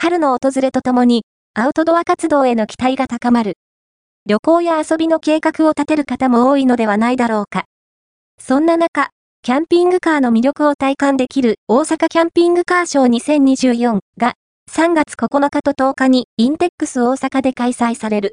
春の訪れとともに、アウトドア活動への期待が高まる。旅行や遊びの計画を立てる方も多いのではないだろうか。そんな中、キャンピングカーの魅力を体感できる大阪キャンピングカーショー2024が3月9日と10日にインテックス大阪で開催される。